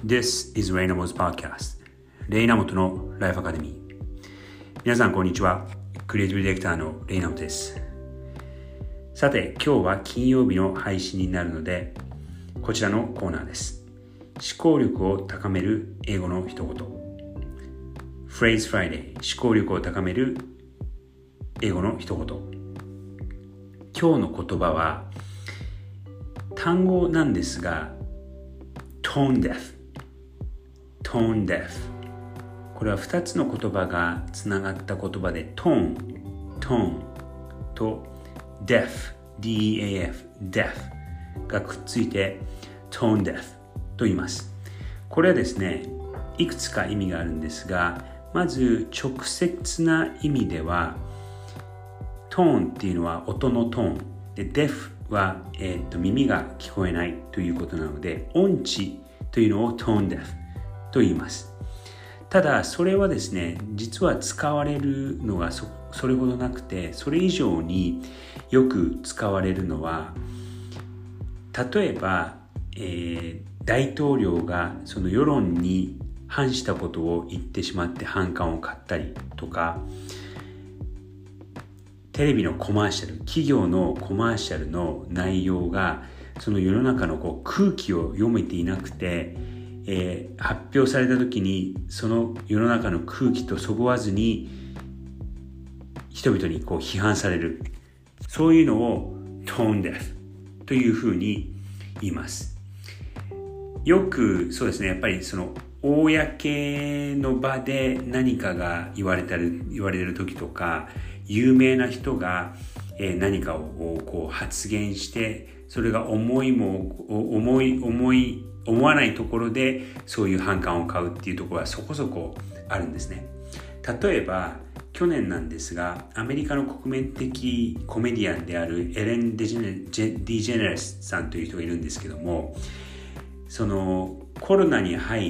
This is Raynamo's podcast レイナモトのライフアカデミー。皆さんこんにちは。クリエイティブディレクターのレイナモトです。さて今日は金曜日の配信になるのでこちらのコーナーです。思考力を高める英語の一言 Phrase Friday 思考力を高める英語の一言。今日の言葉は単語なんですがTone deaf。これは2つの言葉がつながった言葉でトーンと deaf がくっついて tone deaf と言います。これはですね、いくつか意味があるんですが、まず直接な意味ではトーンっていうのは音のトーンで deaf は、耳が聞こえないということなので音痴というのを tone deaf と言います。ただそれはですね、実は使われるのが それほどなくて、それ以上によく使われるのは、例えば、大統領がその世論に反したことを言ってしまって反感を買ったりとか、テレビのコマーシャル、企業のコマーシャルの内容がその世の中の空気を読めていなくて、発表された時にその世の中の空気とそぐわずに人々に批判される、そういうのを tone deaf というふうに言います。よくそうですね、やっぱりその公の場で何かが言われてる時とか、有名な人が何かを発言して、それが思わないところでそういう反感を買うっていうところはそこそこあるんですね。例えば去年なんですが、アメリカの国民的コメディアンであるエレン・ディジェネレスさんという人がいるんですけども、そのコロナに入って、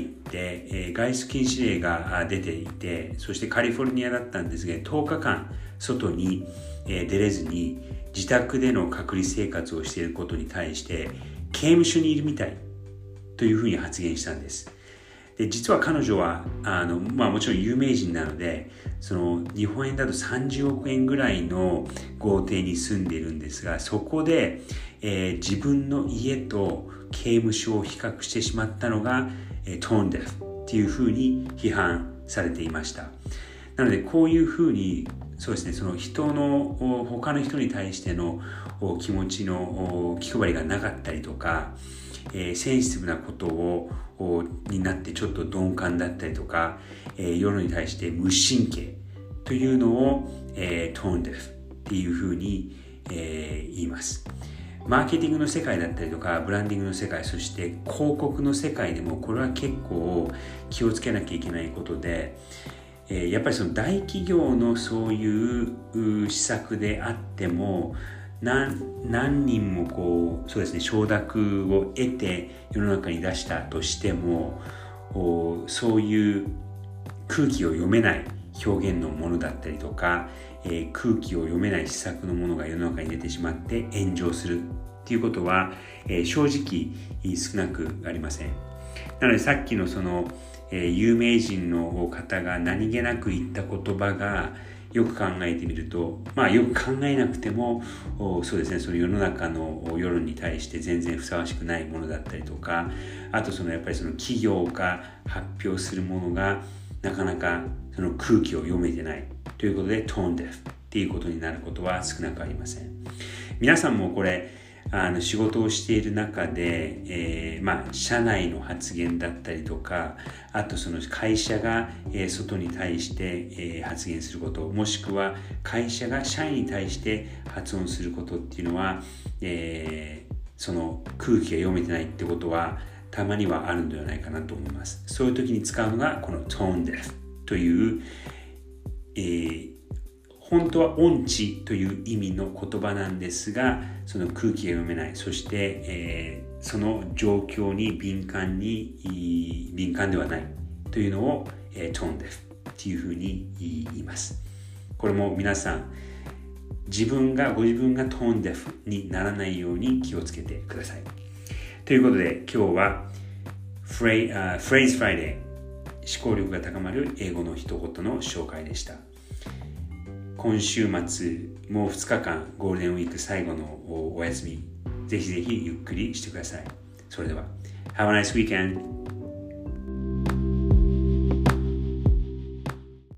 外出禁止令が出ていて、そしてカリフォルニアだったんですが10日間外に出れずに自宅での隔離生活をしていることに対して刑務所にいるみたいというふうに発言したんです。で、実は彼女はもちろん有名人なので、その日本円だと30億円ぐらいの豪邸に住んでいるんですが、そこで、自分の家と刑務所を比較してしまったのが、tone deaf っていうふうに批判されていました。なのでこういうふうにそうですね、その他の人に対しての気持ちの気配りがなかったりとか、センシティブなことになってちょっと鈍感だったりとか、世論に対して無神経というのを、tone deaf っていうふうに、言います。マーケティングの世界だったりとか、ブランディングの世界、そして広告の世界でもこれは結構気をつけなきゃいけないことで、やっぱりその大企業のそういう施策であっても何人もそうですね、承諾を得て世の中に出したとしても、そういう空気を読めない表現のものだったりとか、空気を読めない施策のものが世の中に出てしまって炎上するっていうことは、正直少なくありません。なのでさっきのその有名人の方が何気なく言った言葉がよく考えてみると、よく考えなくてもそうですね、その世の中の世論に対して全然ふさわしくないものだったりとか、あとやっぱりその企業が発表するものがなかなかその空気を読めてないということでトーンデフっていうことになることは少なくありません。皆さんもこれ仕事をしている中で、社内の発言だったりとか、あとその会社が、外に対して、発言すること、もしくは会社が社員に対して発音することっていうのは、その空気が読めてないってことはたまにはあるのではないかなと思います。そういう時に使うのがこの tone deaf という、本当は音痴という意味の言葉なんですが、その空気が読めない、そして、その状況に敏感ではないというのを、tone deaf っていうふうに言います。これも皆さんご自分がトーンデフにならないように気をつけてください。ということで今日は Phrase Friday 思考力が高まる英語の一言の紹介でした。今週末もう2日間ゴールデンウィーク最後のお休みぜひぜひゆっくりしてください。それでは Have a nice weekend!